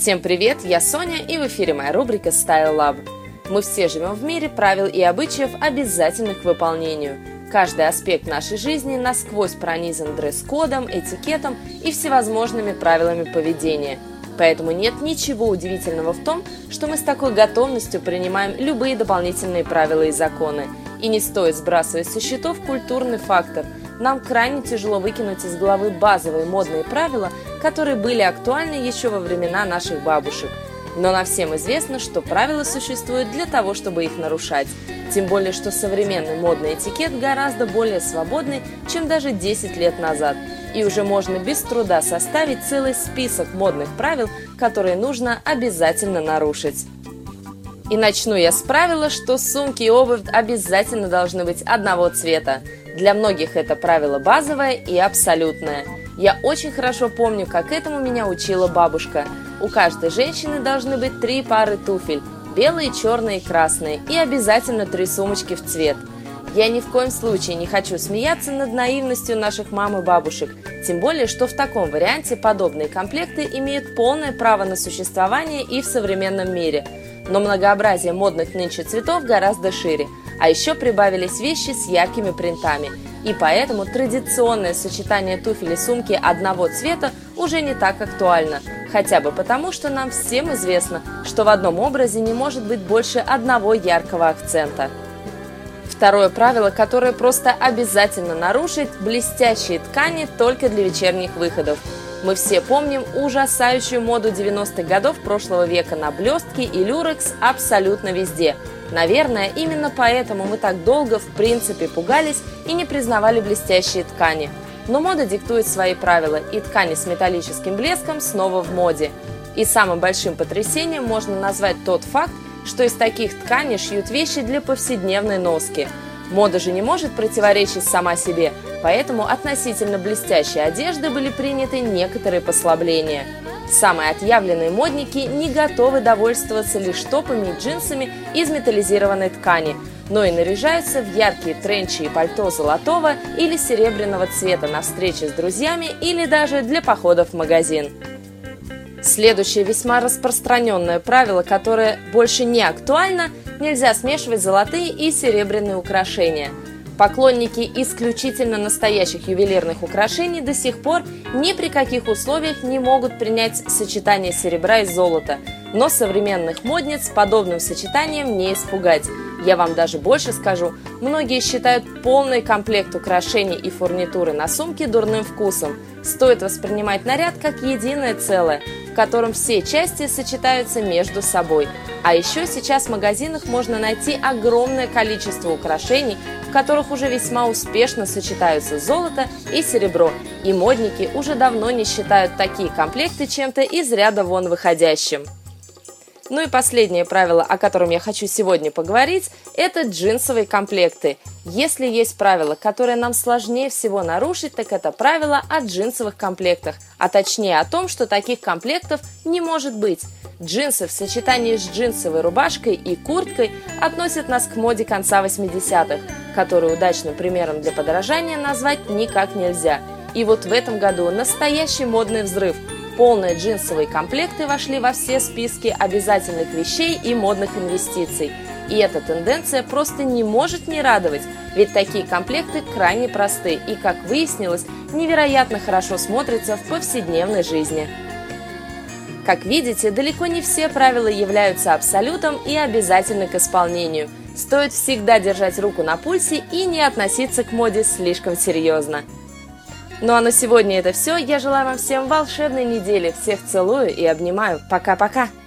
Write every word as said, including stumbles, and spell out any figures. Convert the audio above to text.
Всем привет, я Соня, и в эфире моя рубрика Style Lab. Мы все живем в мире правил и обычаев, обязательных к выполнению. Каждый аспект нашей жизни насквозь пронизан дресс-кодом, этикетом и всевозможными правилами поведения. Поэтому нет ничего удивительного в том, что мы с такой готовностью принимаем любые дополнительные правила и законы. И не стоит сбрасывать со счетов культурный фактор. Нам крайне тяжело выкинуть из головы базовые модные правила, которые были актуальны еще во времена наших бабушек. Но нам всем известно, что правила существуют для того, чтобы их нарушать. Тем более, что современный модный этикет гораздо более свободный, чем даже десять лет назад. И уже можно без труда составить целый список модных правил, которые нужно обязательно нарушить. И начну я с правила, что сумки и обувь обязательно должны быть одного цвета. Для многих это правило базовое и абсолютное. Я очень хорошо помню, как этому меня учила бабушка. У каждой женщины должны быть три пары туфель – белые, черные и красные, и обязательно три сумочки в цвет. Я ни в коем случае не хочу смеяться над наивностью наших мам и бабушек, тем более, что в таком варианте подобные комплекты имеют полное право на существование и в современном мире. Но многообразие модных нынче цветов гораздо шире, а еще прибавились вещи с яркими принтами. И поэтому традиционное сочетание туфель и сумки одного цвета уже не так актуально. Хотя бы потому, что нам всем известно, что в одном образе не может быть больше одного яркого акцента. Второе правило, которое просто обязательно нарушить – блестящие ткани только для вечерних выходов. Мы все помним ужасающую моду девяностых годов прошлого века на блестки и люрекс абсолютно везде. Наверное, именно поэтому мы так долго в принципе пугались и не признавали блестящие ткани. Но мода диктует свои правила, и ткани с металлическим блеском снова в моде. И самым большим потрясением можно назвать тот факт, что из таких тканей шьют вещи для повседневной носки. Мода же не может противоречить сама себе, поэтому относительно блестящей одежды были приняты некоторые послабления. Самые отъявленные модники не готовы довольствоваться лишь топами и джинсами из металлизированной ткани, но и наряжаются в яркие тренчи и пальто золотого или серебряного цвета на встречи с друзьями или даже для походов в магазин. Следующее весьма распространенное правило, которое больше не актуально – нельзя смешивать золотые и серебряные украшения. Поклонники исключительно настоящих ювелирных украшений до сих пор ни при каких условиях не могут принять сочетание серебра и золота, но современных модниц подобным сочетанием не испугать. Я вам даже больше скажу, многие считают полный комплект украшений и фурнитуры на сумке дурным вкусом. Стоит воспринимать наряд как единое целое, в котором все части сочетаются между собой. А еще сейчас в магазинах можно найти огромное количество украшений, в которых уже весьма успешно сочетаются золото и серебро, и модники уже давно не считают такие комплекты чем-то из ряда вон выходящим. Ну и последнее правило, о котором я хочу сегодня поговорить, это джинсовые комплекты. Если есть правило, которое нам сложнее всего нарушить, так это правило о джинсовых комплектах, а точнее о том, что таких комплектов не может быть. Джинсы в сочетании с джинсовой рубашкой и курткой относят нас к моде конца восьмидесятых, которую удачным примером для подражания назвать никак нельзя. И вот в этом году настоящий модный взрыв. Полные джинсовые комплекты вошли во все списки обязательных вещей и модных инвестиций. И эта тенденция просто не может не радовать, ведь такие комплекты крайне просты и, как выяснилось, невероятно хорошо смотрятся в повседневной жизни. Как видите, далеко не все правила являются абсолютом и обязательны к исполнению. Стоит всегда держать руку на пульсе и не относиться к моде слишком серьезно. Ну а на сегодня это все. Я желаю вам всем волшебной недели. Всех целую и обнимаю. Пока-пока!